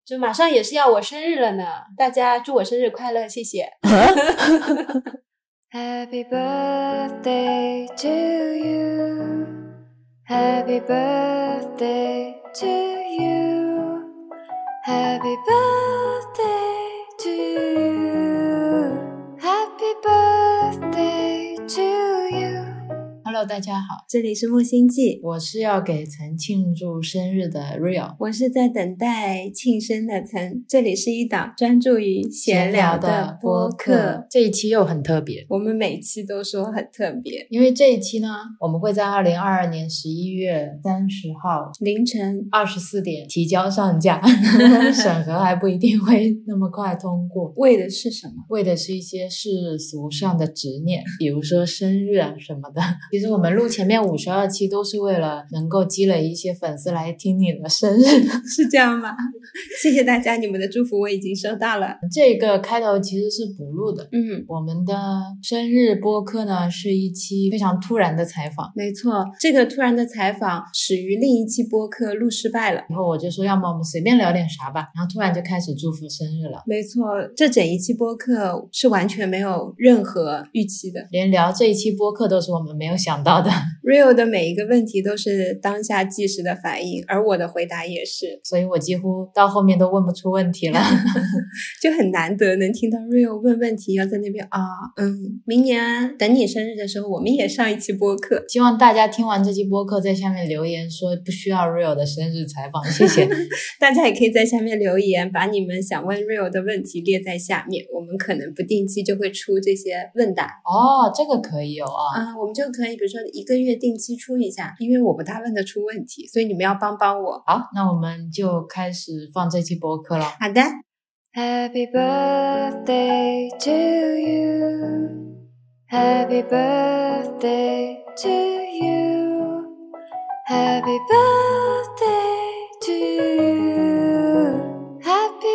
就马上也是要我生日了呢，大家祝我生日快乐，谢谢。Happy birthday to you, Happy birthday to you, Happy birthday to you, Happy birthday to you。Hello， 大家好， 这里是木星记， 我是要给曾庆祝生日的 Rio， 我是在等待庆生的曾。这里是一档专注于闲聊的播客， 这一期又很特别， 我们每期都说很特别， 因为这一期呢，我们会在2022年11月30号凌晨 24点提交上架，审核还不一定会那么快通过。 为的是什么？ 为的是一些世俗上的执念，比如说生日啊什么的。其实我们录前面52期都是为了能够积累一些粉丝来听你的生日。 是这样吗？谢谢大家，你们的祝福我已经收到了。 这个开头其实是补录的，我们的生日播客呢是一期非常突然的采访。 没错，这个突然的采访始于另一期播客录失败了， 然后我就说要么我们随便聊点啥吧，然后突然就开始祝福生日了。 没错，这整一期播客是完全没有任何预期的， 连聊这一期播客都是我们没有想到的。 Rio 的每一个问题都是当下即时的反应，而我的回答也是， 所以我几乎到后面都问不出问题了。 就很难得能听到 Rio 问问题，要在那边明年等你生日的时候我们也上一期播客。 希望大家听完这期播客在下面留言说不需要 Rio 的生日采访，谢谢。 大家也可以在下面留言，把你们想问 Rio 的问题列在下面，我们可能不定期就会出这些问答。 这个可以有啊。 我们就可以比如说1个月定期出一下，因为我不大问得出问题，所以你们要帮我。 好，那我们就开始放这期播客了。 好的。 Happy birthday to you, Happy birthday to you, Happy birthday to you, Happy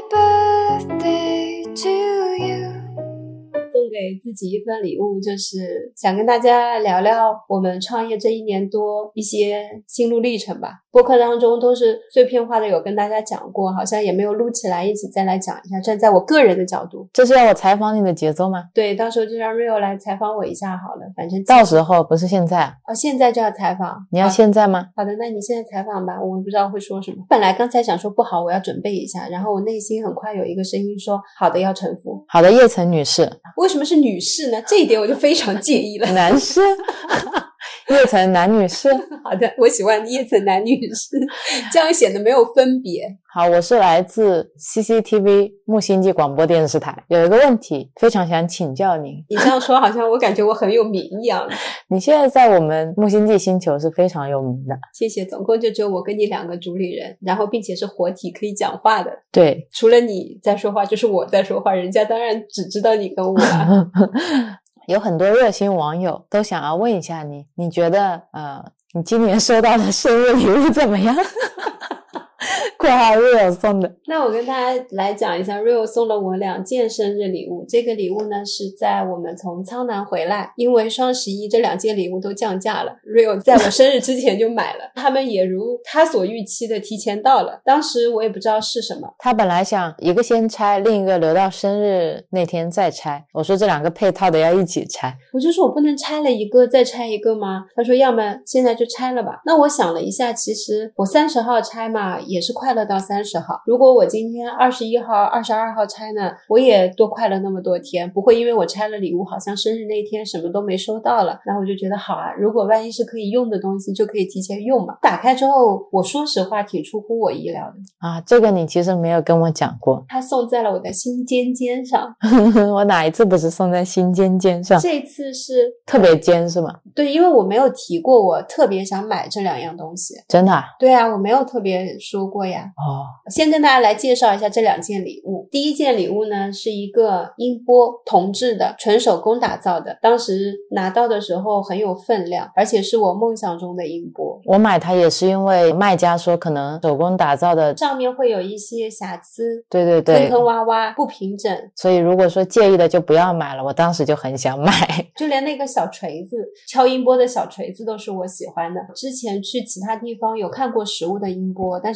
birthday to you。 送给自己一份礼物，就是想跟大家聊聊我们创业这1年多一些心路历程吧。播客当中都是碎片化的有跟大家讲过，好像也没有录起来一起再来讲一下，站在我个人的角度。 这是要我采访你的节奏吗？ 对，到时候就让 Rio 来采访我一下好了，反正到时候不是现在现在就要采访。 你要现在吗？ 好的，那你现在采访吧，我不知道会说什么。本来刚才想说不好，我要准备一下，然后我内心很快有一个声音说好的，要臣服。 好的，叶岑女士。 为什么是女士呢？这一点我就非常介意了。 男士。叶岑男女士。 好的，我喜欢叶岑男女士，这样显得没有分别。 好，我是来自 CCTV 木星记广播电视台，有一个问题非常想请教您。 你这样说好像我感觉我很有名一样。 你现在在我们木星记星球是非常有名的。 谢谢，总共就只有我跟你2个主理人，然后并且是活体可以讲话的。 对， 除了你在说话就是我在说话，人家当然只知道你跟我啊。 有很多热心网友都想要问一下你觉得你今年收到的生日礼物怎么样？括号 Rio 送的。 那我跟大家来讲一下， Rio 送了我2件生日礼物。这个礼物呢是在我们从苍南回来，因为双11这2件礼物都降价了， Rio 在我生日之前就买了，他们也如他所预期的提前到了。当时我也不知道是什么， 他本来想一个先拆，另一个留到生日那天再拆，我说这2个配套的要一起拆， 我就说我不能拆了一个再拆一个吗？他说要么现在就拆了吧。那我想了一下，其实我30号拆嘛也是快乐到30号，如果我今天21号22号拆呢，我也多快乐那么多天，不会因为我拆了礼物好像生日那天什么都没收到了。那我就觉得好啊，如果万一是可以用的东西就可以提前用嘛。打开之后我说实话挺出乎我意料的这个你其实没有跟我讲过。 它送在了我的心尖尖上。 我哪一次不是送在心尖尖上？ 这次是特别尖是吗？ 对，因为我没有提过我特别想买这2样东西。 真的啊？ 对啊，我没有特别说过呀。先跟大家来介绍一下这2件礼物。第一件礼物呢是一个音波铜制的，纯手工打造的，当时拿到的时候很有分量，而且是我梦想中的音波。 我买它也是因为卖家说可能手工打造的上面会有一些瑕疵， 对对对， 坑坑洼洼不平整， 所以如果说介意的就不要买了。我当时就很想买， 就连那个小锤子，敲音波的小锤子都是我喜欢的。之前去其他地方有看过实物的音波，但是看来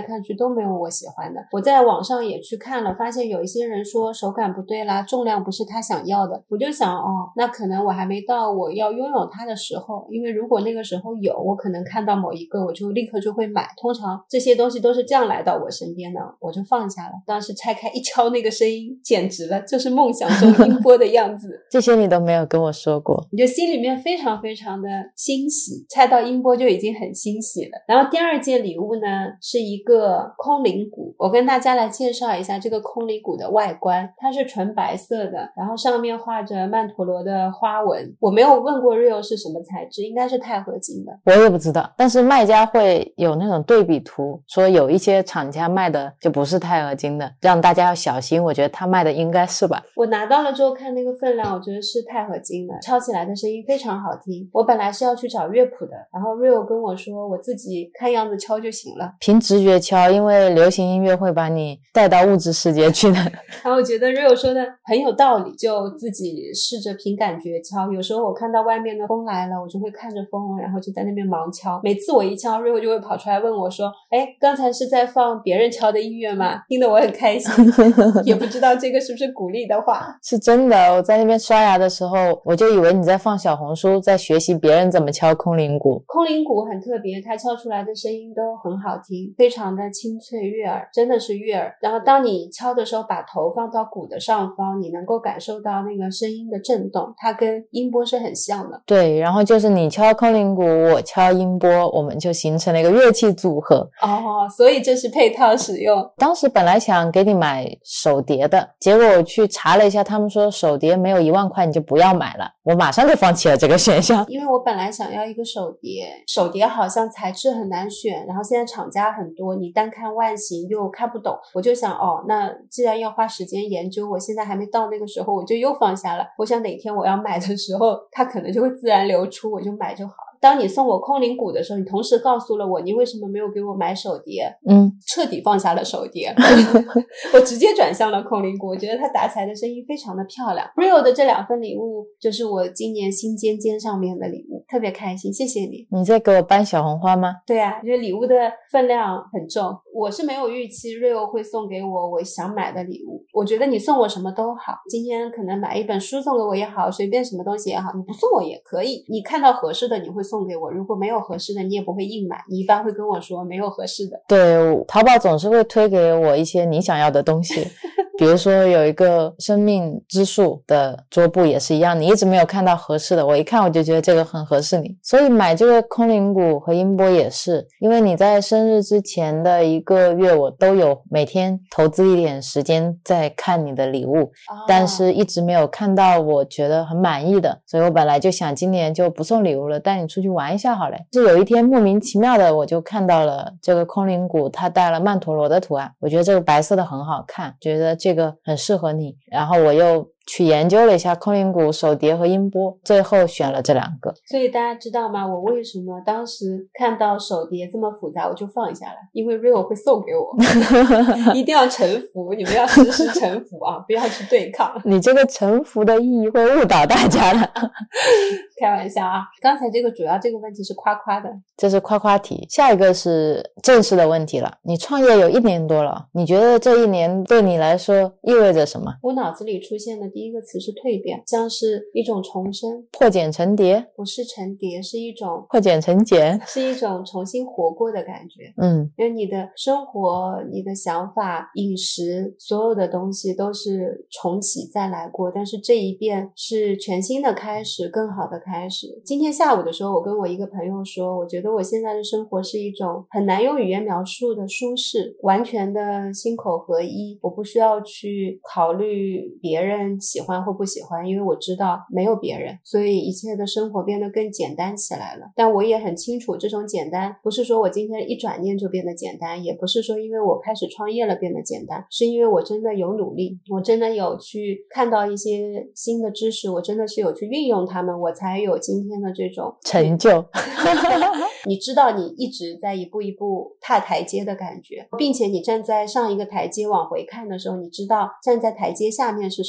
看去都没有我喜欢的。我在网上也去看了，发现有一些人说手感不对啦，重量不是他想要的，我就想那可能我还没到我要拥有它的时候，因为如果那个时候有，我可能看到某一个我就立刻就会买，通常这些东西都是这样来到我身边的，我就放下了。当时拆开一敲那个声音简直了，就是梦想中音波的样子这些你都没有跟我说过， 你就心里面非常非常的欣喜，拆到音波就已经很欣喜了。然后第二件礼物呢是一个空灵鼓，我跟大家来介绍一下这个空灵鼓的外观，它是纯白色的，然后上面画着曼陀罗的花纹。我没有问过 Rio 是什么材质，应该是钛合金的， 我也不知道，但是卖家会有那种对比图，说有一些厂家卖的就不是钛合金的，让大家要小心，我觉得他卖的应该是吧。 我拿到了之后看那个分量，我觉得是钛合金的，敲起来的声音非常好听。我本来是要去找乐谱的，然后 Rio 跟我说我自己看样子敲就行了， 凭直觉敲，因为流行音乐会把你带到物质世界去的。 然后我觉得 Rio 说的很有道理，就自己试着凭感觉敲。有时候我看到外面的风来了，我就会看着风，然后就在那边盲敲。每次我一敲 Rio 就会跑出来问我说刚才是在放别人敲的音乐吗？听得我很开心也不知道这个是不是鼓励的话。 是真的，我在那边刷牙的时候我就以为你在放小红书，在学习别人怎么敲空灵鼓。 空灵鼓很特别，它敲出来的声音都很好听，非常的清脆悦耳，真的是悦耳。然后当你敲的时候把头放到鼓的上方，你能够感受到那个声音的震动，它跟音波是很像的。 对，然后就是你敲空灵鼓，我敲音波，我们就形成了一个乐器组合。 所以这是配套使用。 当时本来想给你买手碟的，结果我去查了一下，他们说手碟没有1万块你就不要买了，我马上就放弃了这个选项。 因为我本来想要一个手碟，手碟好像材质很难选，然后现在厂家很多，你单看外形又看不懂，我就想那既然要花时间研究，我现在还没到那个时候，我就又放下了。我想哪天我要买的时候，它可能就会自然流出，我就买就好。当你送我空灵鼓的时候，你同时告诉了我你为什么没有给我买手碟，彻底放下了手碟我直接转向了空灵鼓，我觉得它打起来的声音非常的漂亮。 Rio 的这2份礼物就是我今年新尖尖上面的礼物，特别开心，谢谢你。 你在给我搬小红花吗？ 对啊，因为礼物的分量很重，我是没有预期 Rio 会送给我想买的礼物，我觉得你送我什么都好，今天可能买一本书送给我也好，随便什么东西也好，你不送我也可以，你看到合适的你会送给我，如果没有合适的你也不会硬买，你一般会跟我说没有合适的。 对，淘宝总是会推给我一些你想要的东西比如说有一个生命之树的桌布也是一样，你一直没有看到合适的，我一看我就觉得这个很合适你，所以买这个空灵鼓和音波也是，因为你在生日之前的1个月我都有每天投资一点时间在看你的礼物，但是一直没有看到我觉得很满意的，所以我本来就想今年就不送礼物了，带你出去玩一下好嘞。是有一天莫名其妙的我就看到了这个空灵鼓，它带了曼陀罗的图案，我觉得这个白色的很好看，觉得这个很适合你，然后我又去研究了一下空灵鼓、手碟和音波，最后选了这2个。 所以大家知道吗？我为什么当时看到手碟这么复杂我就放下了，因为 Rio 会送给我一定要臣服，你们要时时臣服啊，不要去对抗。 你这个臣服的意义会误导大家的开玩笑啊，刚才这个主要这个问题是夸夸的， 这是夸夸题。下一个是正式的问题了，你创业有1年多了，你觉得这1年对你来说意味着什么？ 我脑子里出现的第一个词是蜕变，像是一种重生， 破茧成蝶， 不是成蝶，是一种破茧成茧， 是一种重新活过的感觉。因为你的生活、你的想法、饮食，所有的东西都是重启再来过，但是这一遍是全新的开始，更好的开始。今天下午的时候，我跟我一个朋友说，我觉得我现在的生活是一种很难用语言描述的舒适，完全的心口合一，我不需要去考虑别人喜欢或不喜欢，因为我知道没有别人，所以一切的生活变得更简单起来了。但我也很清楚，这种简单不是说我今天一转念就变得简单，也不是说因为我开始创业了变得简单，是因为我真的有努力，我真的有去看到一些新的知识，我真的是有去运用它们，我才有今天的这种成就你知道你一直在一步一步踏台阶的感觉，并且你站在上一个台阶往回看的时候，你知道站在台阶下面是什么感觉。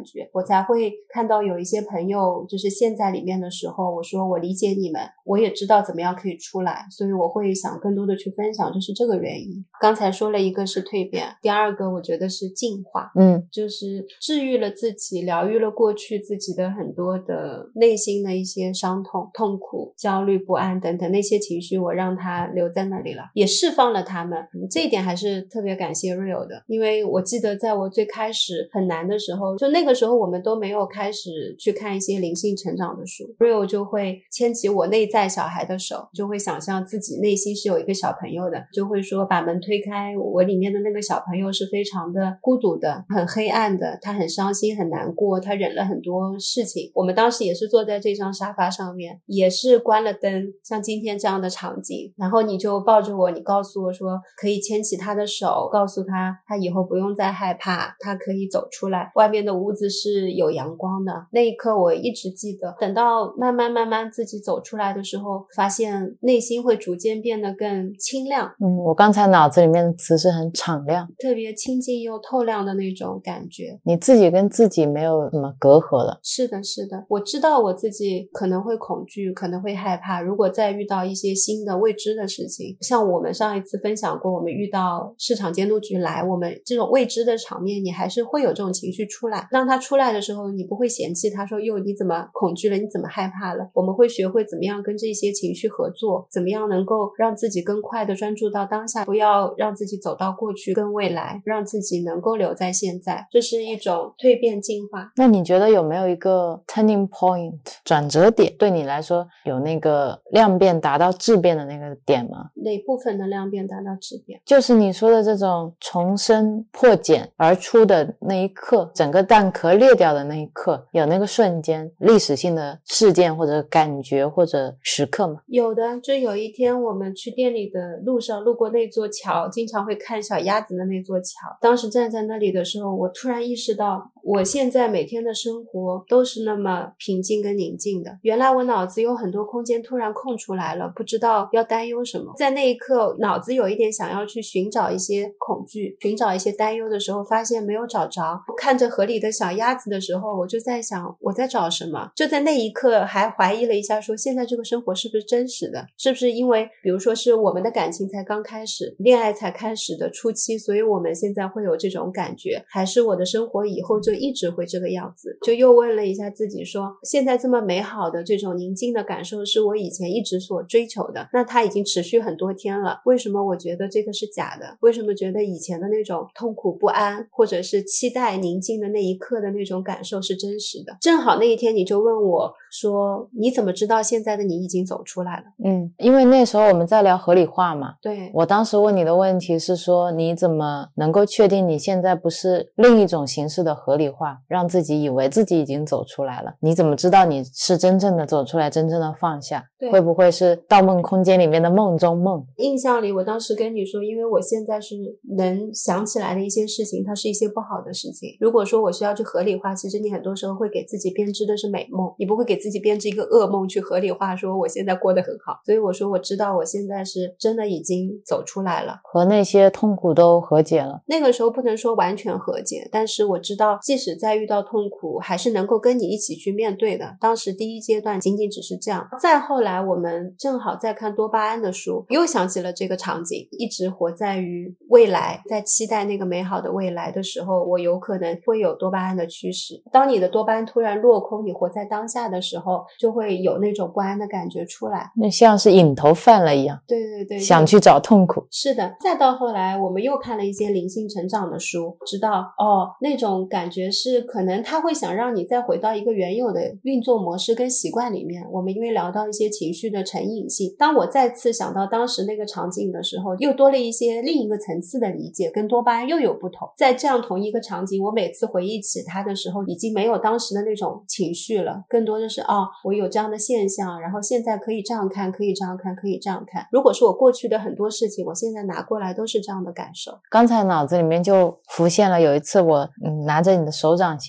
觉，我才会看到有一些朋友就是陷在里面的时候，我说我理解你们，我也知道怎么样可以出来，所以我会想更多的去分享，就是这个原因。刚才说了一个是蜕变，第二个我觉得是进化，就是治愈了自己，疗愈了过去自己的很多的内心的一些伤痛、痛苦、焦虑、不安等等那些情绪，我让它留在那里了，也释放了他们。这一点还是特别感谢 Rio 的，因为我记得在我最开始很难的时候，就那个时候我们都没有开始去看一些灵性成长的书， Rio 就会牵起我内在小孩的手，就会想象自己内心是有一个小朋友的，就会说把门推开，我里面的那个小朋友是非常的孤独的，很黑暗的，他很伤心很难过，他忍了很多事情。我们当时也是坐在这张沙发上面，也是关了灯，像今天这样的场景，然后你就抱着我，你告诉我说可以牵起他的手，告诉他他以后不用再害怕，他可以走出来，外面的屋子是有阳光的。那一刻我一直记得，等到慢慢自己走出来的时候，发现内心会逐渐变得更清亮。 我刚才脑子里面的词是很敞亮， 特别清净又透亮的那种感觉。 你自己跟自己没有什么隔阂了。 是的是的，我知道我自己可能会恐惧，可能会害怕，如果再遇到一些新的未知的事情，像我们上一次分享过，我们遇到市场监督局来，我们这种未知的场面，你还是会有这种情绪出来。当他出来的时候，你不会嫌弃他说哟你怎么恐惧了，你怎么害怕了，我们会学会怎么样跟这些情绪合作，怎么样能够让自己更快的专注到当下，不要让自己走到过去跟未来，让自己能够留在现在，这是一种蜕变进化。 那你觉得有没有一个 turning point 转折点，对你来说有那个量变达到质变的那个点吗？ 哪部分的量变达到质变？ 就是你说的这种重生破茧而出的那一刻，整个蛋壳裂掉的那一刻，有那个瞬间历史性的事件或者感觉或者时刻吗？ 有的，就有一天我们去店里的路上路过那座桥，经常会看小鸭子的那座桥，当时站在那里的时候，我突然意识到我现在每天的生活都是那么平静跟宁静的，原来我脑子有很多空间突然空出来了，不知道要担忧什么。在那一刻脑子有一点想要去寻找一些恐惧，寻找一些担忧的时候，发现没有找着。看着河里的小鸭子的时候，我就在想我在找什么，就在那一刻还怀疑了一下，说现在这个生活是不是真实的，是不是因为比如说是我们的感情才刚开始，恋爱才开始的初期，所以我们现在会有这种感觉，还是我的生活以后就一直会这个样子。就又问了一下自己说，现在这么美好的这种宁静的感受是我以前一直所追求的，那它已经持续很多天了，为什么我觉得这个是假的？为什么觉得以前的那种痛苦不安或者是期待宁静的那一刻的那种感受是真实的？正好那一天你就问我说你怎么知道现在的你已经走出来了？ 因为那时候我们在聊合理化嘛， 对， 我当时问你的问题是说你怎么能够确定你现在不是另一种形式的合理化，让自己以为自己已经走出来了，你怎么知道你是真正的走出来，真正的放下？会不会是盗梦空间里面的梦中梦？ 印象里我当时跟你说，因为我现在是能想起来的一些事情，它是一些不好的事情，如果说我需要去合理化，其实你很多时候会给自己编织的是美梦，你不会给自己编织一个噩梦去合理化说我现在过得很好。所以我说我知道我现在是真的已经走出来了， 和那些痛苦都和解了。 那个时候不能说完全和解，但是我知道即使再遇到痛苦还是能够跟你一起去面对的，当时第一阶段仅仅只是这样。再后来我们正好在看多巴胺的书，又想起了这个场景，一直活在于未来，在期待那个美好的未来的时候，我有可能会有多巴胺的驱使。当你的多巴胺突然落空，你活在当下的时候，就会有那种不安的感觉出来， 那像是瘾头犯了一样。 对对对， 想去找痛苦。 是的。再到后来我们又看了一些灵性成长的书，知道那种感觉是可能他会想让你再回到一个原有的运作模式跟习惯里面。我们因为聊到一些情绪的成瘾性，当我再次想到当时那个场景的时候，又多了一些另一个层次的理解，跟多巴胺又有不同。在这样同一个场景，我每次回忆起它的时候，已经没有当时的那种情绪了，更多的是我有这样的现象，然后现在可以这样看，可以这样看，可以这样看。如果是我过去的很多事情，我现在拿过来都是这样的感受。 刚才脑子里面就浮现了有一次我拿着你的手掌心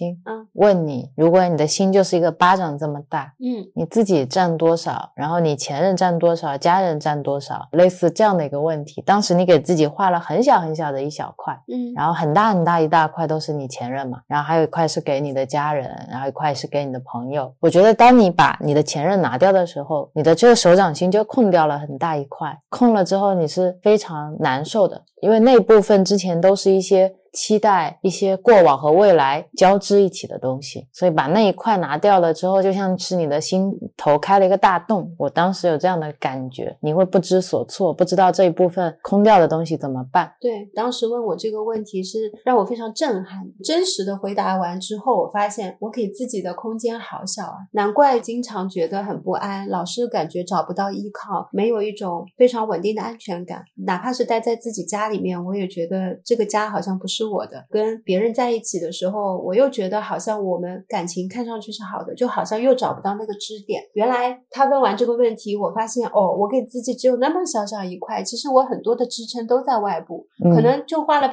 问你，如果你的心就是一个巴掌这么大，你自己占多少，然后你前任占多少，家人占多少，类似这样的一个问题。当时你给自己画了很小很小的一小块，然后很大很大一大块都是你前任嘛，然后还有一块是给你的家人，然后一块是给你的朋友。我觉得当你把你的前任拿掉的时候，你的这个手掌心就空掉了很大一块，空了之后你是非常难受的，因为那部分之前都是一些期待，一些过往和未来交织一起的东西，所以把那一块拿掉了之后，就像是你的心头开了一个大洞。我当时有这样的感觉，你会不知所措，不知道这一部分空掉的东西怎么办。 对，当时问我这个问题是让我非常震撼，真实的回答完之后，我发现我给自己的空间好小啊，难怪经常觉得很不安，老是感觉找不到依靠，没有一种非常稳定的安全感。哪怕是待在自己家里面，我也觉得这个家好像不是我的。跟别人在一起的时候，我又觉得好像我们感情看上去是好的，就好像又找不到那个支点。原来他问完这个问题，我发现我给自己只有那么小小一块，其实我很多的支撑都在外部，可能就花了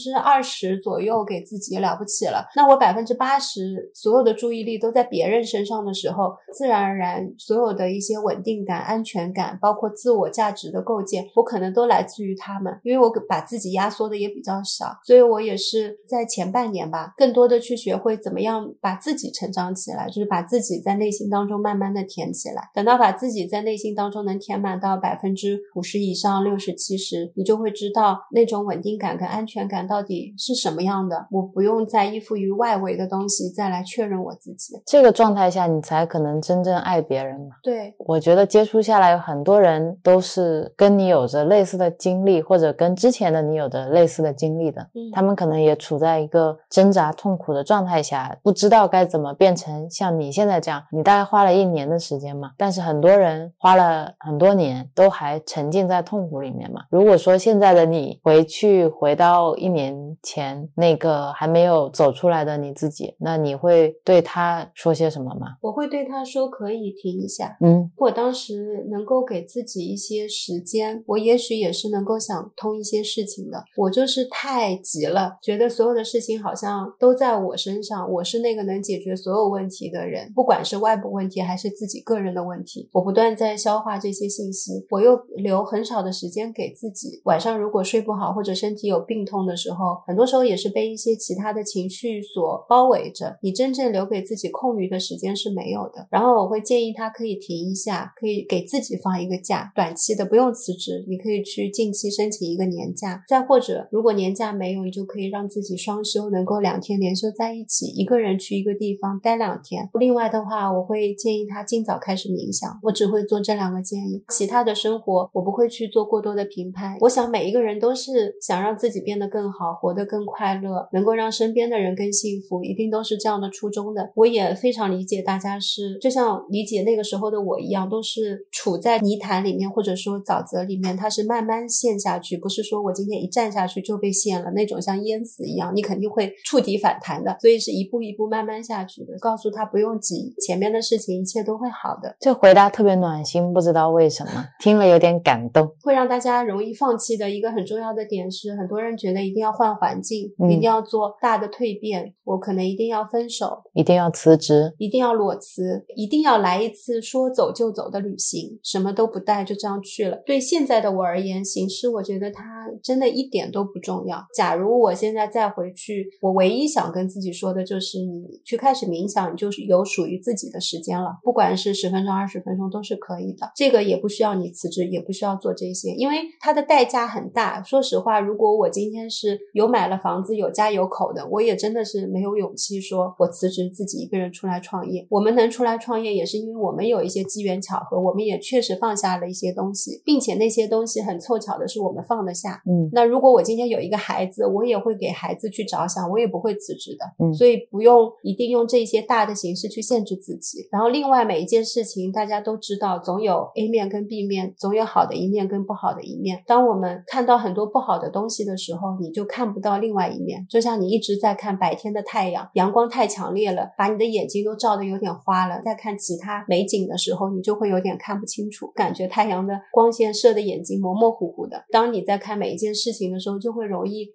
20%左右给自己了不起了。那我80%所有的注意力都在别人身上的时候，自然而然所有的一些稳定感、安全感，包括自我价值的构建，我可能都来自于他们，因为我把自己压缩的也比较少，所以我也是在前半年吧，更多的去学会怎么样把自己成长起来，就是把自己在内心当中慢慢的填起来。等到把自己在内心当中能填满到50%以上，60%、70%，你就会知道那种稳定感跟安全感到底是什么样的。我不用再依附于外围的东西再来确认我自己。 这个状态下你才可能真正爱别人嘛。 对， 我觉得接触下来有很多人都是跟你有着类似的经历，或者跟之前的你有着类似的经历的，他们可能也处在一个挣扎痛苦的状态下，不知道该怎么变成像你现在这样。你大概花了1年的时间嘛，但是很多人花了很多年都还沉浸在痛苦里面嘛。如果说现在的你回到1年前那个还没有走出来的你自己，那你会对他说些什么吗？ 我会对他说可以停一下。我当时能够给自己一些时间，我也许也是能够想通一些事情的。我就是太急了，觉得所有的事情好像都在我身上，我是那个能解决所有问题的人，不管是外部问题还是自己个人的问题。我不断在消化这些信息，我又留很少的时间给自己。晚上如果睡不好或者身体有病痛的时候，很多时候也是被一些其他的情绪所包围着，你真正留给自己空余的时间是没有的。然后我会建议他可以停一下，可以给自己放一个假，短期的不用辞职，你可以去近期申请一个年假，再或者如果年假没有，你就可以让自己双休，能够2天连休在一起，一个人去一个地方待2天。另外的话，我会建议他尽早开始冥想，我只会做这2个建议，其他的生活我不会去做过多的评判。我想每一个人都是想让自己变得更好，活得更快乐，能够让身边的人更幸福，一定都是这样的初衷的。我也非常理解大家是就像理解那个时候的我一样，都是处在泥潭里面或者说沼泽里面，它是慢慢陷下去，不是说我今天一站下去就被陷了，那种像淹死一样，你肯定会触底反弹的，所以是一步一步慢慢下去的，告诉他不用急，前面的事情一切都会好的。 这回答特别暖心，不知道为什么听了有点感动。 会让大家容易放弃的一个很重要的点是，很多人觉得一定要换环境，一定要做大的蜕变，我可能一定要分手， 一定要辞职， 一定要裸辞，一定要来一次说走就走的旅行，什么都不带就这样去了。对现在的我而言，形式我觉得它真的一点都不重要。假如我现在再回去，我唯一想跟自己说的就是你去开始冥想，你就是有属于自己的时间了，不管是10分钟20分钟都是可以的。这个也不需要你辞职，也不需要做这些，因为它的代价很大。说实话，如果我今天是有买了房子有家有口的，我也真的是没有勇气说我辞职自己一个人出来创业。我们能出来创业也是因为我们有一些机缘巧合，我们也确实放下了一些东西，并且那些东西很凑巧的是我们放得下。那如果我今天有一个孩子，我也会给孩子去着想，我也不会辞职的。所以不用一定用这些大的形式去限制自己。然后另外每一件事情大家都知道，总有 A 面跟 B 面，总有好的一面跟不好的一面。当我们看到很多不好的东西的时候，你就看不到另外一面。就像你一直在看白天的太阳，阳光太强烈了，把你的眼睛都照得有点花了，在看其他美景的时候，你就会有点看不清楚，感觉太阳的光线射的眼睛模模糊糊的。当你在看每一件事情的时候，就会容易漏看掉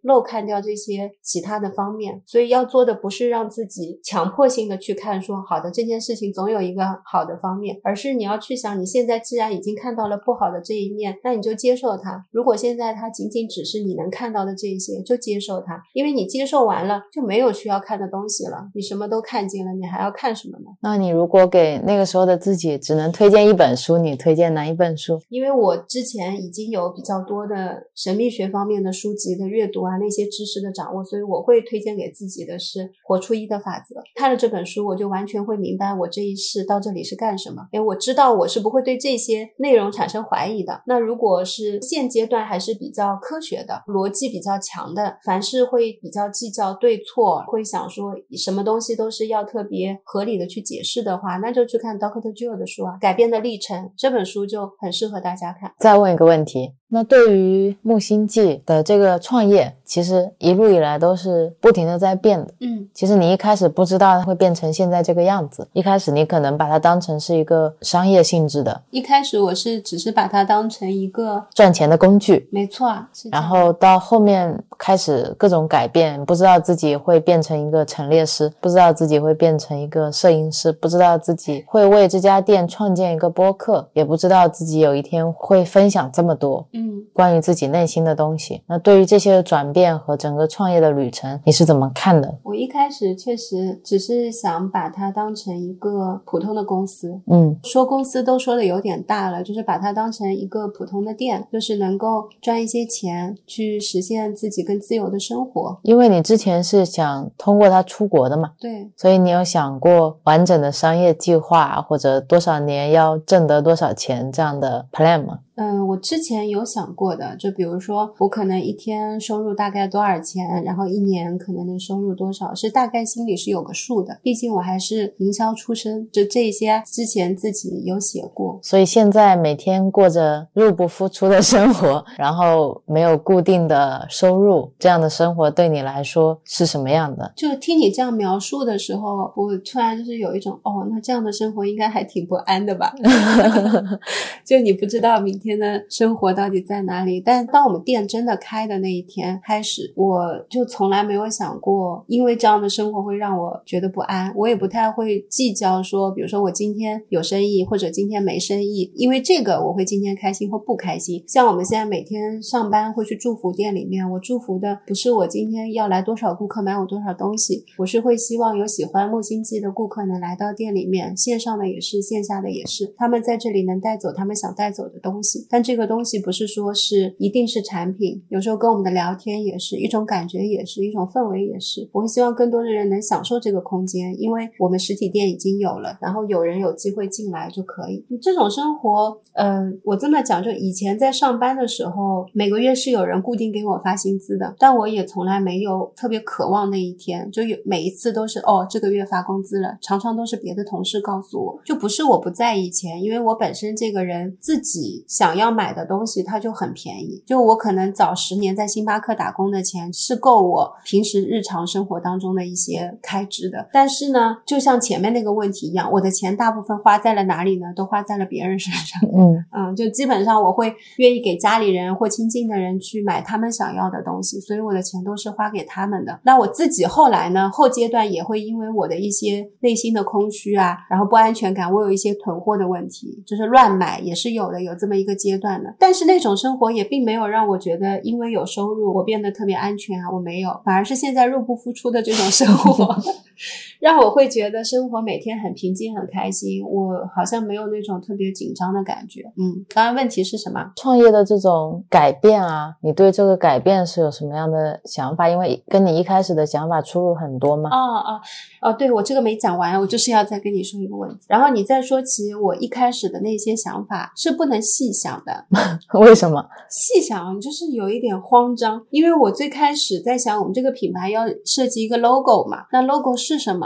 掉这些其他的方面。所以要做的不是让自己强迫性的去看说好的这件事情总有一个好的方面，而是你要去想你现在既然已经看到了不好的这一面，那你就接受它。如果现在它仅仅只是你能看到的这一些，就接受它，因为你接受完了就没有需要看的东西了，你什么都看见了，你还要看什么呢？ 那你如果给那个时候的自己只能推荐一本书，你推荐哪一本书？ 因为我之前已经有比较多的神秘学方面的书籍的阅读啊，那些知识的掌握，所以我会推荐给自己的是活出一的法则。看了这本书我就完全会明白我这一世到这里是干什么，因为我知道我是不会对这些内容产生怀疑的。那如果是现阶段还是比较科学的，逻辑比较强的，凡事会比较计较对错，会想说什么东西都是要特别合理的去解释的话，那就去看 Dr. Jill 的书啊，改变的历程，这本书就很适合大家看。 再问一个问题，那对于木星记的这个创业，其实一路以来都是不停的在变的。其实你一开始不知道它会变成现在这个样子，一开始你可能把它当成是一个商业性质的， 一开始我是只是把它当成一个赚钱的工具， 没错啊， 然后到后面开始各种改变，不知道自己会变成一个陈列师，不知道自己会变成一个摄影师，不知道自己会为这家店创建一个播客，也不知道自己有一天会分享这么多关于自己内心的东西。那对于这些转变和整个创业的旅程，你是怎么看的？ 我一开始确实只是想把它当成一个普通的公司，说公司都说的有点大了，就是把它当成一个普通的店，就是能够赚一些钱去实现自己更自由的生活。 因为你之前是想通过它出国的嘛， 对， 所以你有想过完整的商业计划或者多少年要挣得多少钱这样的 plan 吗？ 我之前有想过的，就比如说我可能一天收入大概多少钱，然后一年可能能收入多少，是大概心里是有个数的，毕竟我还是营销出身，就这些之前自己有写过。 所以现在每天过着入不敷出的生活，然后没有固定的收入，这样的生活对你来说是什么样的？ 就听你这样描述的时候，我突然就是有一种那这样的生活应该还挺不安的吧就你不知道明天的生活到底在哪里。但当我们店真的开的那一天开始，我就从来没有想过因为这样的生活会让我觉得不安，我也不太会计较说比如说我今天有生意或者今天没生意，因为这个我会今天开心或不开心。像我们现在每天上班会去祝福店里面，我祝福的不是我今天要来多少顾客买我多少东西，我是会希望有喜欢木星记的顾客能来到店里面，线上的也是线下的也是，他们在这里能带走他们想带走的东西。但这个东西不是说是一定是产品，有时候跟我们的聊天也是一种感觉，也是一种氛围，也是我会希望更多的人能享受这个空间，因为我们实体店已经有了，然后有人有机会进来就可以。这种生活我这么讲，就以前在上班的时候每个月是有人固定给我发薪资的，但我也从来没有特别渴望那一天，就有每一次都是这个月发工资了，常常都是别的同事告诉我，就不是我不在意钱，因为我本身这个人自己想要买的东西它就很便宜，就我可能早10年在星巴克打工的钱是够我平时日常生活当中的一些开支的。但是呢，就像前面那个问题一样，我的钱大部分花在了哪里呢？都花在了别人身上。就基本上我会愿意给家里人或亲近的人去买他们想要的东西，所以我的钱都是花给他们的。那我自己后来呢，后阶段也会因为我的一些内心的空虚啊，然后不安全感，我有一些囤货的问题，就是乱买也是有的，有这么一个阶段的。但是那种生活也并没有让我觉得因为有收入我变得特别安全啊，我没有，反而是现在入不敷出的这种生活让我会觉得生活每天很平静很开心，我好像没有那种特别紧张的感觉。刚刚问题是什么？ 创业的这种改变啊，你对这个改变是有什么样的想法？因为跟你一开始的想法出入很多嘛。 对，我这个没讲完，我就是要再跟你说一个问题，然后你再说起我一开始的那些想法是不能细想的为什么？ 细想就是有一点慌张，因为我最开始在想我们这个品牌要设计一个 logo 嘛，那 logo 是什么？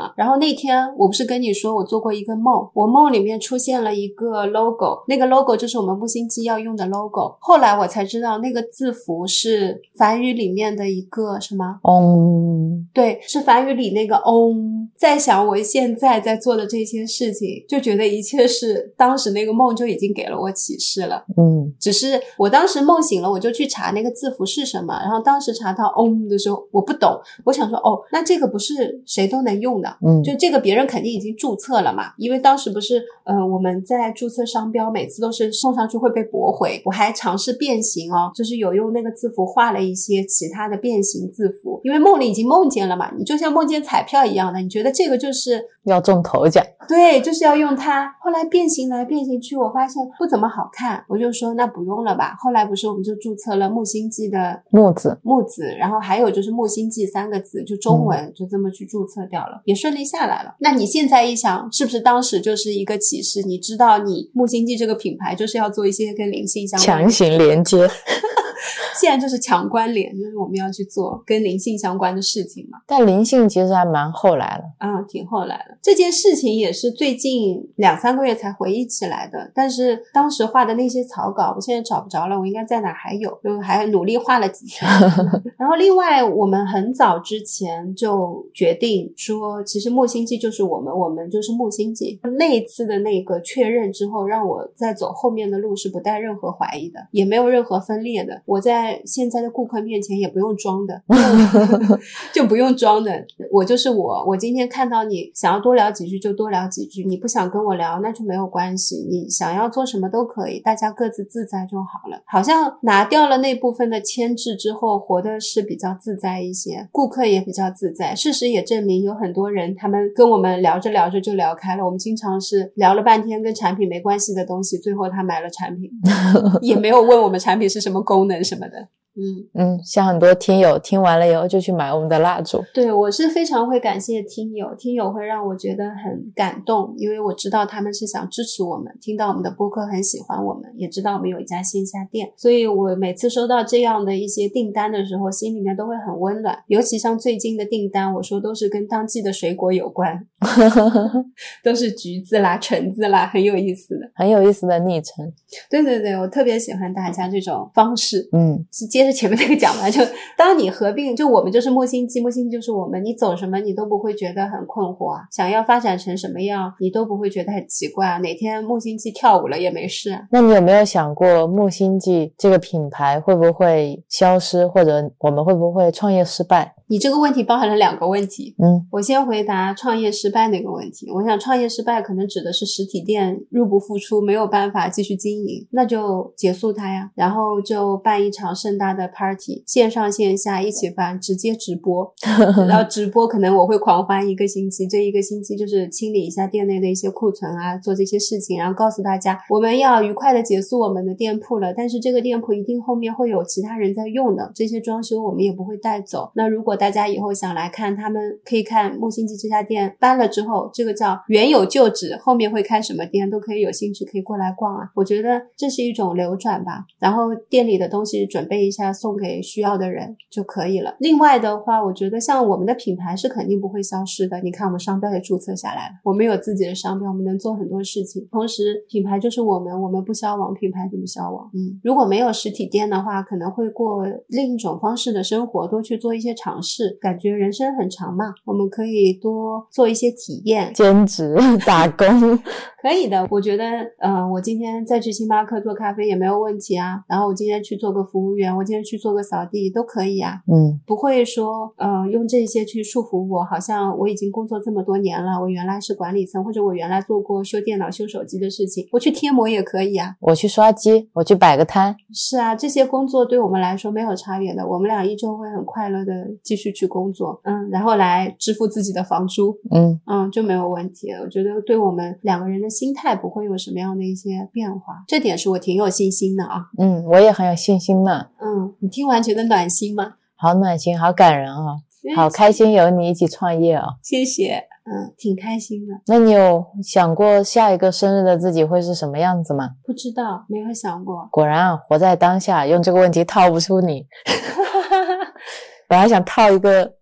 嘛。然后那天我不是跟你说我做过一个梦，我梦里面出现了一个 logo， 那个 logo 就是我们木星记要用的 logo。后来我才知道那个字符是梵语里面的一个什么对，是梵语里那个在想我现在在做的这些事情，就觉得一切是当时那个梦就已经给了我启示了。只是我当时梦醒了，我就去查那个字符是什么，然后当时查到的时候我不懂，我想说那这个不是谁都能用的，就这个别人肯定已经注册了嘛，因为当时不是我们在注册商标每次都是送上去会被驳回，我还尝试变形就是有用那个字符画了一些其他的变形字符，因为梦里已经梦见了嘛，你就像梦见彩票一样的，你觉得这个就是要中头奖， 对，就是要用它。后来变形来变形去，我发现不怎么好看，我就说那不用了吧。后来不是我们就注册了木星记的木字，然后还有就是木星记3个字，就中文就这么去注册掉了，也顺利下来了。那你现在一想，是不是当时就是一个启示？你知道你木星记这个品牌就是要做一些跟灵性相关的强行连接现在就是强关联，就是我们要去做跟灵性相关的事情嘛。 但灵性其实还蛮后来了挺后来了。这件事情也是最近2-3个月才回忆起来的，但是当时画的那些草稿我现在找不着了，我应该在哪还有，就还努力画了几天然后另外我们很早之前就决定说其实木星记就是我们就是木星记。那一次的那个确认之后，让我在走后面的路是不带任何怀疑的，也没有任何分裂的，我在现在的顾客面前也不用装的就不用装的，我就是我今天看到你想要多聊几句就多聊几句，你不想跟我聊那就没有关系，你想要做什么都可以，大家各自自在就好了。好像拿掉了那部分的牵制之后，活的是比较自在一些，顾客也比较自在。事实也证明有很多人他们跟我们聊着聊着就聊开了，我们经常是聊了半天跟产品没关系的东西，最后他买了产品也没有问我们产品是什么功能什么的。 像很多听友听完了以后就去买我们的蜡烛。 对，我是非常会感谢听友会让我觉得很感动，因为我知道他们是想支持我们，听到我们的播客很喜欢我们，也知道我们有一家线下店，所以我每次收到这样的一些订单的时候，心里面都会很温暖。尤其像最近的订单，我说都是跟当季的水果有关都是橘子啦橙子啦，很有意思的昵称。对，我特别喜欢大家这种方式。接着前面那个讲完，就当你合并，就我们就是木星记，木星记就是我们，你走什么你都不会觉得很困惑啊，想要发展成什么样你都不会觉得很奇怪啊，哪天木星记跳舞了也没事啊。 那你有没有想过木星记这个品牌会不会消失，或者我们会不会创业失败？ 你这个问题包含了2个问题。我先回答创业失败那个问题。我想创业失败可能指的是实体店入不敷出，没有办法继续经营，那就结束它呀，然后就办一场盛大的 party， 线上线下一起办，直接直播然后直播可能我会狂欢1个星期，这1个星期就是清理一下店内的一些库存啊，做这些事情，然后告诉大家我们要愉快的结束我们的店铺了，但是这个店铺一定后面会有其他人在用的，这些装修我们也不会带走。那如果大家以后想来看，他们可以看木星记这家店搬了之后，这个叫原有旧址，后面会开什么店都可以，有兴趣可以过来逛啊。我觉得这是一种流转吧，然后店里的东西准备一下送给需要的人就可以了。另外的话，我觉得像我们的品牌是肯定不会消失的，你看我们商标也注册下来了，我们有自己的商标，我们能做很多事情，同时品牌就是我们不消亡，品牌怎么消亡？如果没有实体店的话，可能会过另一种方式的生活，多去做一些尝试，感觉人生很长嘛，我们可以多做一些体验， 兼职打工可以的。我觉得我今天再去星巴克做咖啡也没有问题啊，然后我今天去做个服务员，我今天去做个扫地都可以啊。不会说用这些去束缚我，好像我已经工作这么多年了，我原来是管理层，或者我原来做过修电脑修手机的事情，我去贴膜也可以啊， 我去刷机，我去摆个摊。 是啊，这些工作对我们来说没有差别的，我们俩依旧会很快乐的继续去工作，然后来支付自己的房租，就没有问题。我觉得对我们2个人的心态不会有什么样的一些变化，这点是我挺有信心的啊。 我也很有信心呢。 你听完觉得暖心吗？ 好暖心，好感人哦，好开心有你一起创业哦。 谢谢，挺开心的。 那你有想过下一个生日的自己会是什么样子吗？ 不知道，没有想过。 果然啊，活在当下，用这个问题套不出你本来想套一个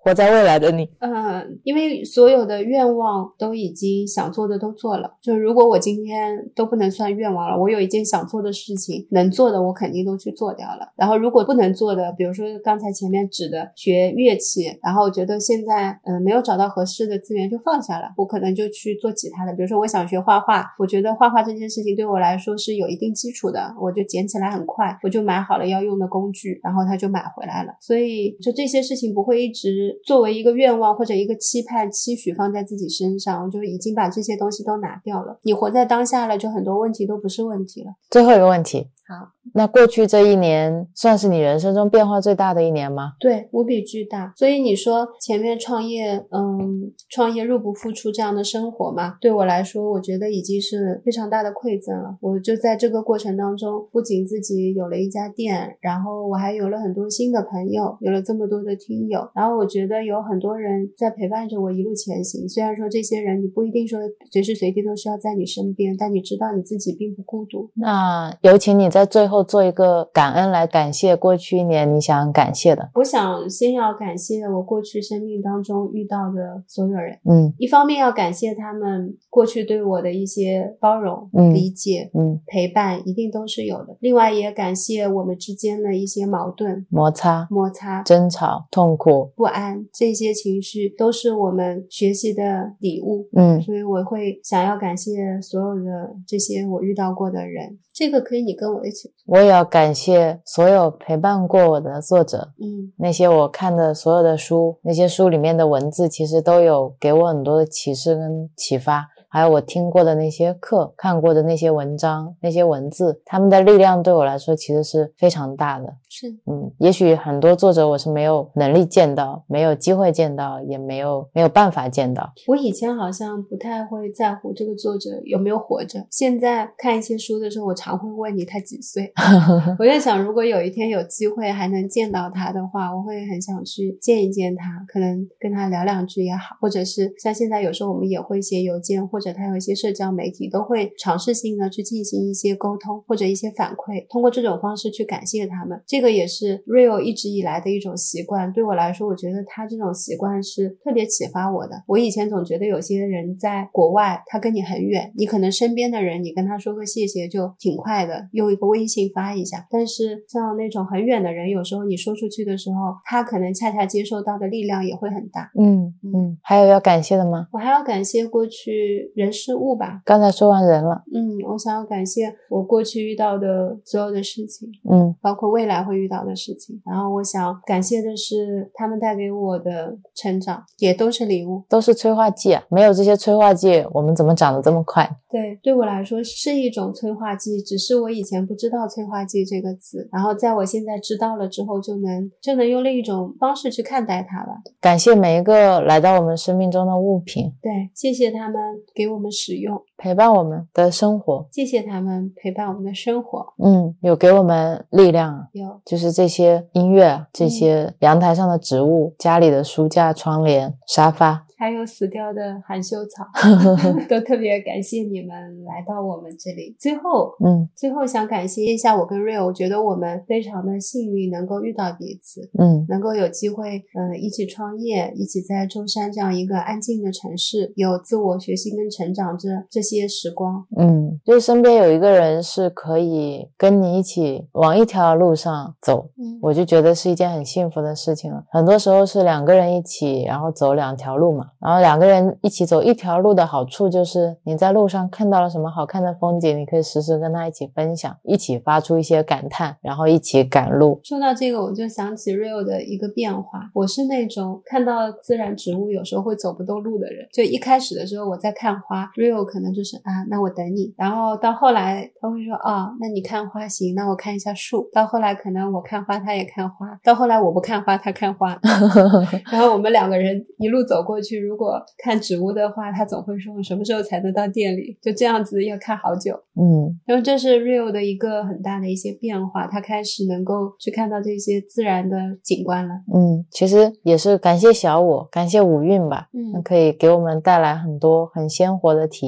活在未来的你。 因为所有的愿望都已经想做的都做了，就如果我今天都不能算愿望了，我有一件想做的事情，能做的我肯定都去做掉了。然后如果不能做的，比如说刚才前面指的学乐器，然后觉得现在没有找到合适的资源就放下了，我可能就去做其他的。比如说我想学画画，我觉得画画这件事情对我来说是有一定基础的，我就捡起来很快，我就买好了要用的工具，然后他就买回来了。所以就这些事情不会一直作为一个愿望或者一个期盼期许放在自己身上，我就已经把这些东西都拿掉了。你活在当下了，就很多问题都不是问题了。 最后一个问题， 好， 那过去这一年算是你人生中变化最大的一年吗？ 对，无比巨大。所以你说前面创业入不敷出这样的生活嘛，对我来说我觉得已经是非常大的馈赠了。我就在这个过程当中，不仅自己有了一家店，然后我还有了很多新的朋友，有了这么多的听友，然后我觉得有很多人在陪伴着我一路前行。虽然说这些人你不一定说随时随地都需要在你身边，但你知道你自己并不孤独。 那有请你在最后做一个感恩来感谢过去一年你想感谢的。 我想先要感谢我过去生命当中遇到的所有人，一方面要感谢他们过去对我的一些包容、理解、陪伴，一定都是有的。另外也感谢我们之间的一些矛盾、摩擦、 争吵、痛苦、 不安，这些情绪都是我们学习的礼物。所以我会想要感谢所有的这些我遇到过的人。这个可以你跟我一起。 我也要感谢所有陪伴过我的作者，那些我看的所有的书，那些书里面的文字其实都有给我很多的启示跟启发，还有我听过的那些课，看过的那些文章，那些文字，他们的力量对我来说其实是非常大的。 是， 也许很多作者我是没有能力见到，没有机会见到，也没有办法见到。 我以前好像不太会在乎这个作者有没有活着，现在看一些书的时候，我常会问你他几岁。我在想，如果有一天有机会还能见到他的话，我会很想去见一见他，可能跟他聊两句也好，或者是像现在有时候我们也会写邮件，或者他有一些社交媒体都会尝试性的去进行一些沟通或者一些反馈，通过这种方式去感谢他们。这个也是 Rio 一直以来的一种习惯，对我来说我觉得他这种习惯是特别启发我的。我以前总觉得有些人在国外他跟你很远，你可能身边的人你跟他说个谢谢就挺快的，用一个微信发一下，但是像那种很远的人，有时候你说出去的时候，他可能恰恰接受到的力量也会很大。 还有要感谢的吗？ 我还要感谢过去人事物吧。 刚才说完人了。 我想要感谢我过去遇到的所有的事情，包括未来会遇到的事情。然后我想感谢的是他们带给我的成长，也都是礼物， 都是催化剂啊！没有这些催化剂，我们怎么长得这么快？ 对我来说是一种催化剂，只是我以前不知道催化剂这个词，然后在我现在知道了之后，就能用另一种方式去看待它吧。 感谢每一个来到我们生命中的物品， 对，谢谢他们给我们使用， 陪伴我们的生活， 谢谢他们陪伴我们的生活。 有给我们力量， 有， 就是这些音乐，这些阳台上的植物，家里的书架、窗帘、沙发， 还有死掉的含羞草都特别感谢你们来到我们这里。最后想感谢一下我跟 Rio， 我觉得我们非常的幸运能够遇到彼此，能够有机会一起创业，一起在舟山这样一个安静的城市有自我学习跟成长这些时光。 就是身边有一个人是可以跟你一起往一条路上走，我就觉得是一件很幸福的事情了。很多时候是两个人一起然后走两条路嘛，然后两个人一起走一条路的好处就是你在路上看到了什么好看的风景，你可以时时跟他一起分享，一起发出一些感叹，然后一起赶路。 说到这个我就想起 Rio 的一个变化，我是那种看到自然植物有时候会走不动路的人，就一开始的时候我在看花， Rio 可能就是那我等你，然后到后来他会说那你看花行，那我看一下树，到后来可能我看花他也看花，到后来我不看花他看花然后我们两个人一路走过去，如果看植物的话他总会说我什么时候才能到店里，就这样子要看好久。然后这是 Rio 的一个很大的一些变化，他开始能够去看到这些自然的景观了。 其实也是感谢小我，感谢五蕴吧，可以给我们带来很多很鲜活的体验啊。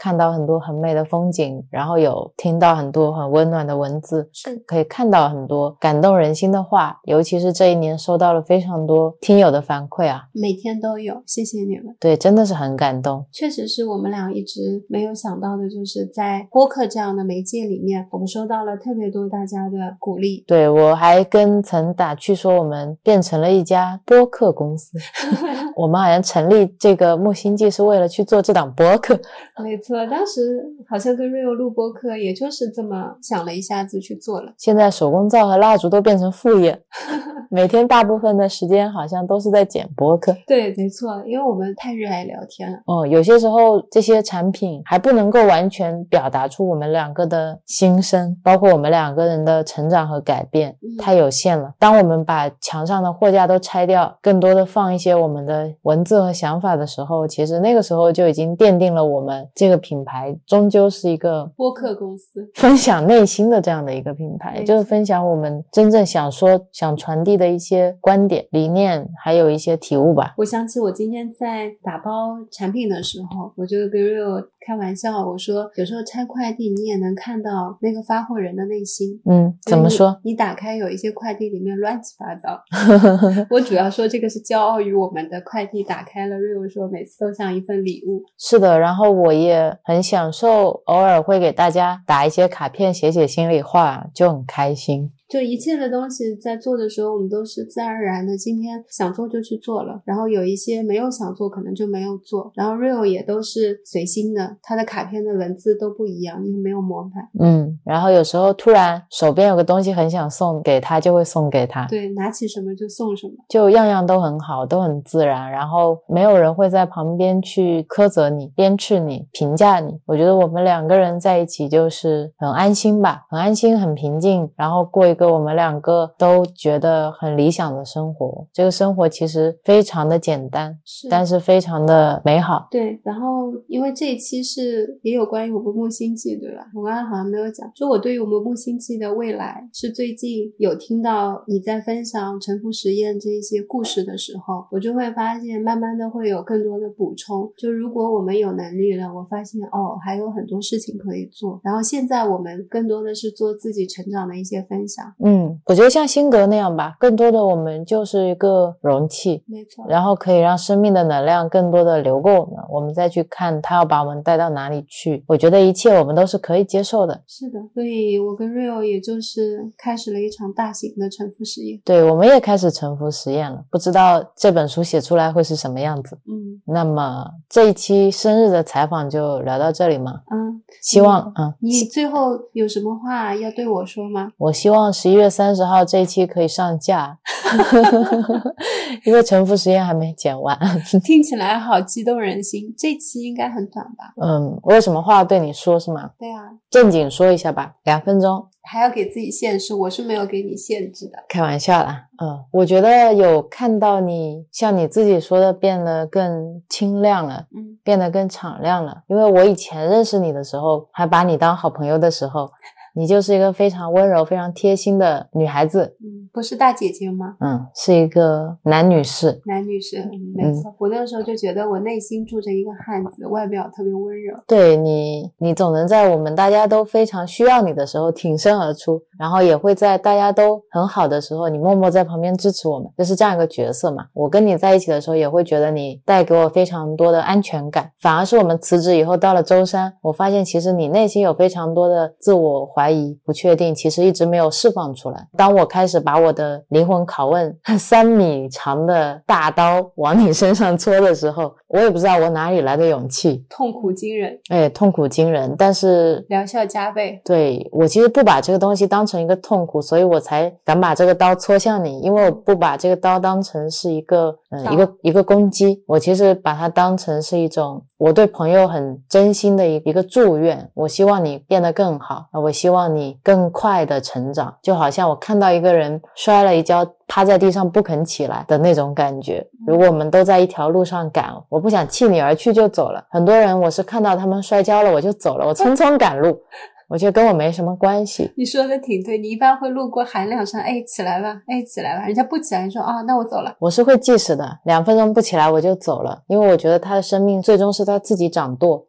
看到很多很美的风景，然后有听到很多很温暖的文字， 是可以看到很多感动人心的话，尤其是这一年收到了非常多听友的反馈啊， 每天都有，谢谢你们。 对，真的是很感动。 确实是我们俩一直没有想到的，就是在播客这样的媒介里面，我们收到了特别多大家的鼓励。 对，我还跟曾打趣说我们变成了一家播客公司我们好像成立这个木星记是为了去做这档播客。 没错，当时好像跟 Rio 录播客也就是这么想了一下子去做了。 现在手工皂和蜡烛都变成副业每天大部分的时间好像都是在剪播客。 对，没错，因为我们太热爱聊天了。 有些时候这些产品还不能够完全表达出我们两个的心声，包括我们两个人的成长和改变，太有限了。当我们把墙上的货架都拆掉，更多的放一些我们的文字和想法的时候，其实那个时候就已经奠定了我们这个品牌终究是一个播客公司， 分享内心的这样的一个品牌，就是分享我们真正想说想传递的一些观点理念，还有一些体悟吧。 我想起我今天在打包产品的时候，我就跟 Rio 开玩笑，我说有时候拆快递你也能看到那个发货人的内心。 怎么说？ 你打开有一些快递里面乱七八糟我主要说这个是骄傲于我们的快递打开了， Rio 说每次都像一份礼物。 是的，然后我也很享受偶尔会给大家打一些卡片，写写心里话，就很开心。 就一切的东西在做的时候，我们都是自然而然的，今天想做就去做了，然后有一些没有想做可能就没有做，然后 Rio 也都是随心的，他的卡片的文字都不一样，因为没有模板。 然后有时候突然手边有个东西很想送给他，就会送给他。 对，拿起什么就送什么， 就样样都很好，都很自然，然后没有人会在旁边去苛责你、鞭笞你、评价你。我觉得我们两个人在一起就是很安心吧，很安心，很平静，然后过一个我们两个都觉得很理想的生活。这个生活其实非常的简单，但是非常的美好。 对，然后因为这一期是也有关于我们木星记，对吧？我刚才好像没有讲，说我对于我们木星记的未来是最近有听到你在分享沉浮实验这一些故事的时候，我就会发现慢慢的会有更多的补充。就如果我们有能力了，我发现还有很多事情可以做。然后现在我们更多的是做自己成长的一些分享。 我觉得像辛格那样吧，更多的我们就是一个容器， 没错， 然后可以让生命的能量更多的流过我们，我们再去看它要把我们带到哪里去。我觉得一切我们都是可以接受的。 是的，所以我跟 Rio 也就是开始了一场大型的沉浮实验。 对，我们也开始沉浮实验了，不知道这本书写出来会是什么样子。那么这一期生日的采访就聊到这里吗？希望你最后有什么话要对我说吗？ 我希望11月30号这一期可以上架因为沉浮实验还没剪完听起来好激动人心，这期应该很短吧？ 我有什么话要对你说是吗？ 对啊， 正经说一下吧，2分钟。 还要给自己限制，我是没有给你限制的。 开玩笑啦。我觉得有看到你像你自己说的变得更清亮了，变得更敞亮了。因为我以前认识你的时候，还把你当好朋友的时候，你就是一个非常温柔非常贴心的女孩子。 不是大姐姐吗？ 是一个男女士。 男女士，没错。我那个时候就觉得我内心住着一个汉子，外表特别温柔。 对，你总能在我们大家都非常需要你的时候挺身而出，然后也会在大家都很好的时候，你默默在旁边支持我们，就是这样一个角色嘛。我跟你在一起的时候也会觉得你带给我非常多的安全感，反而是我们辞职以后到了舟山，我发现其实你内心有非常多的自我怀疑、不确定，其实一直没有释放出来。当我开始把我的灵魂拷问3米长的大刀往你身上戳的时候，我也不知道我哪里来的勇气。 痛苦惊人。 痛苦惊人，但是疗效加倍。 对，我其实不把这个东西当成一个痛苦，所以我才敢把这个刀戳向你，因为我不把这个刀当成是一个一个攻击，我其实把它当成是一种我对朋友很真心的一个祝愿。我希望你变得更好，我希望你更快的成长，就好像我看到一个人摔了一跤趴在地上不肯起来的那种感觉。如果我们都在一条路上赶，我不想弃你而去就走了。很多人我是看到他们摔跤了我就走了，我匆匆赶路我觉得跟我没什么关系。 你说的挺对，你一般会路过喊2声起来吧，起来吧，人家不起来，你说那我走了。 我是会计时的，2分钟不起来我就走了，因为我觉得他的生命最终是他自己掌舵。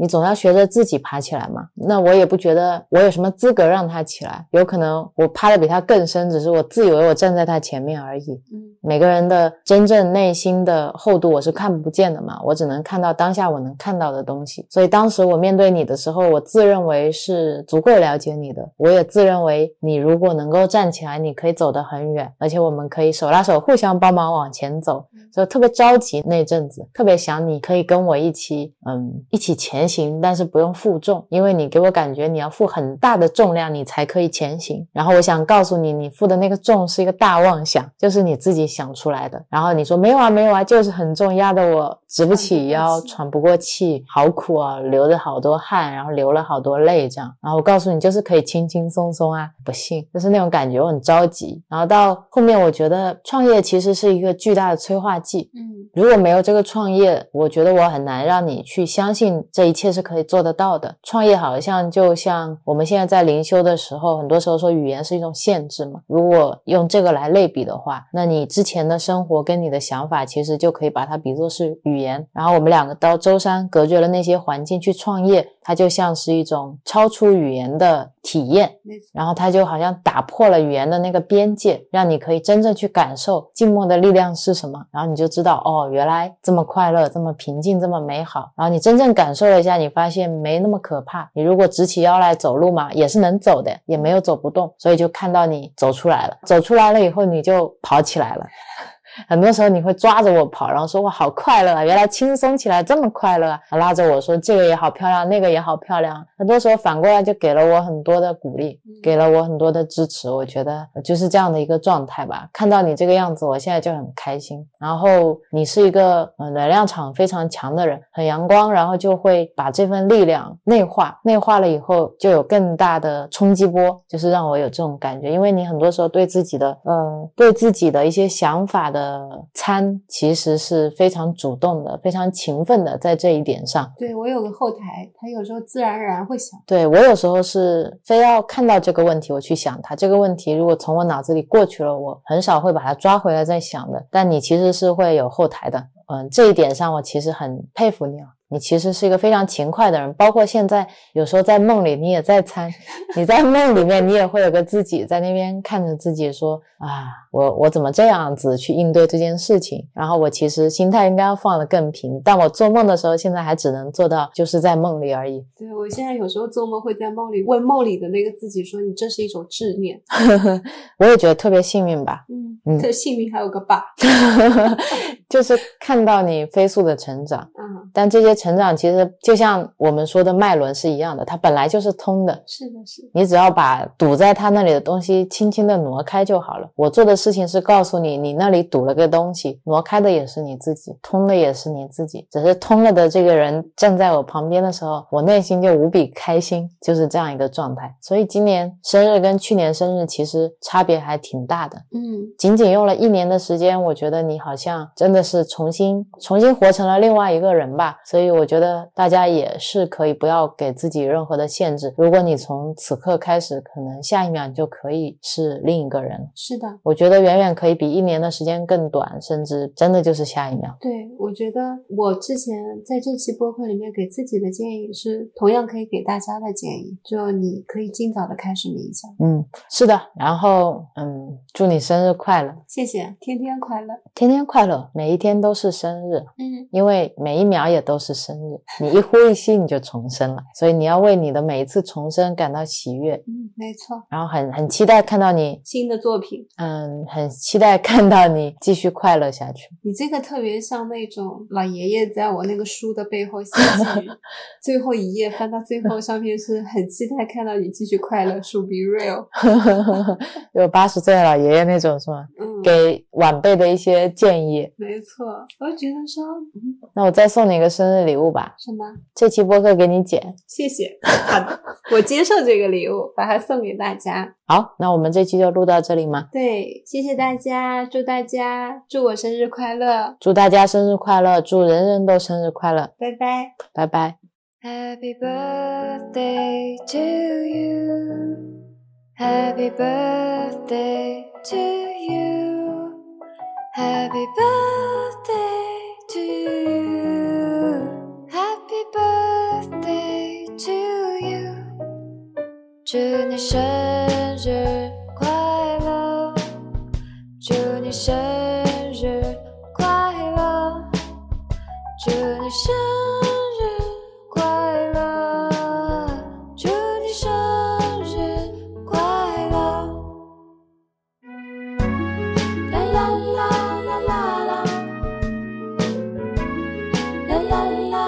你总要学着自己爬起来嘛。那我也不觉得我有什么资格让他起来，有可能我趴得比他更深，只是我自以为我站在他前面而已。每个人的真正内心的厚度我是看不见的嘛，我只能看到当下我能看到的东西。所以当时我面对你的时候，我自认为是足够了解你的，我也自认为你如果能够站起来，你可以走得很远，而且我们可以手拉手互相帮忙往前走。所以特别着急那阵子，特别想你可以跟我一起前行，但是不用负重，因为你给我感觉你要负很大的重量你才可以前行。然后我想告诉你，你负的那个重是一个大妄想，就是你自己想出来的。然后你说没有啊，就是很重，压得我直不起腰，喘不过气，好苦啊，流着好多汗，然后流了好多泪这样。然后我告诉你就是可以轻轻松松啊，不信，就是那种感觉，我很着急。然后到后面我觉得创业其实是一个巨大的催化剂，如果没有这个创业，我觉得我很难让你去相信这一切是可以做得到的。创业好像就像我们现在在灵修的时候，很多时候说语言是一种限制嘛，如果用这个来类比的话，那你之前的生活跟你的想法其实就可以把它比作是语言，然后我们两个到舟山隔绝了那些环境去创业，它就像是一种超出语言的体验，然后它就好像打破了语言的那个边界，让你可以真正去感受静默的力量是什么，然后你就知道哦，原来这么快乐，这么平静，这么美好。然后你真正感受了一下，你发现没那么可怕，你如果直起腰来走路嘛，也是能走的，也没有走不动，所以就看到你走出来了，走出来了以后你就跑起来了。很多时候你会抓着我跑，然后说哇好快乐啊，原来轻松起来这么快乐啊，拉着我说这个也好漂亮，那个也好漂亮。很多时候反过来就给了我很多的鼓励，给了我很多的支持。我觉得就是这样的一个状态吧，看到你这个样子我现在就很开心。然后你是一个能量场非常强的人，很阳光，然后就会把这份力量内化了以后就有更大的冲击波，就是让我有这种感觉。因为你很多时候对自己的一些想法的参其实是非常主动的，非常勤奋的，在这一点上。 对，我有个后台，他有时候自然而然会想。 对，我有时候是非要看到这个问题我去想它，这个问题如果从我脑子里过去了，我很少会把它抓回来再想的，但你其实是会有后台的。这一点上我其实很佩服你啊，你其实是一个非常勤快的人，包括现在有时候在梦里你也在参，你在梦里面你也会有个自己在那边看着自己说啊，我怎么这样子去应对这件事情，然后我其实心态应该要放得更平，但我做梦的时候现在还只能做到就是在梦里而已。 对，我现在有时候做梦会在梦里问梦里的那个自己说，你这是一种执念。 我也觉得特别幸运吧。 这幸运还有个吧。 就是看到你飞速的成长，但这些成长其实就像我们说的脉轮是一样的，它本来就是通的， 是的，是的， 你只要把堵在它那里的东西轻轻的挪开就好了。我做的事情是告诉你，你那里堵了个东西，挪开的也是你自己，通的也是你自己，只是通了的这个人站在我旁边的时候，我内心就无比开心，就是这样一个状态。所以今年生日跟去年生日其实差别还挺大的。仅仅用了1年的时间，我觉得你好像真的是重新活成了另外一个人吧。所以我觉得大家也是可以不要给自己任何的限制，如果你从此刻开始，可能下一秒你就可以是另一个人。 是的， 我觉得远远可以比1年的时间更短，甚至真的就是下一秒。 对，我觉得我之前在这期播客里面给自己的建议是同样可以给大家的建议，就你可以尽早的开始冥想。 是的，然后祝你生日快乐。 谢谢，天天快乐， 天天快乐，每一天都是生日。因为每一秒也都是生日，你一呼一吸你就重生了，所以你要为你的每一次重生感到喜悦。 没错。 然后很期待看到你新的作品。 很期待看到你继续快乐下去。 你这个特别像那种老爷爷在我那个书的背后写寄语，最后一页翻到最后，上面是很期待看到你继续快乐，属 be real。 有80岁的老爷爷那种是吗？给晚辈的一些建议。 没错，我觉得说那我再送你一个生日礼物吧。 什么？ 这期播客给你剪。 谢谢。好的，我接受这个礼物，把它送给大家。 好，那我们这期就录到这里吗？ 对，谢谢大家，祝我生日快乐， 祝大家生日快乐，祝人人都生日快乐， 拜拜， 拜拜。 Happy birthday to you, Happy birthday to you, Happy birthday to you, Happy birthday 祝你生日快乐，祝你生日快乐，祝你生日快乐，祝你生日快乐。啦啦啦啦啦啦，啦啦啦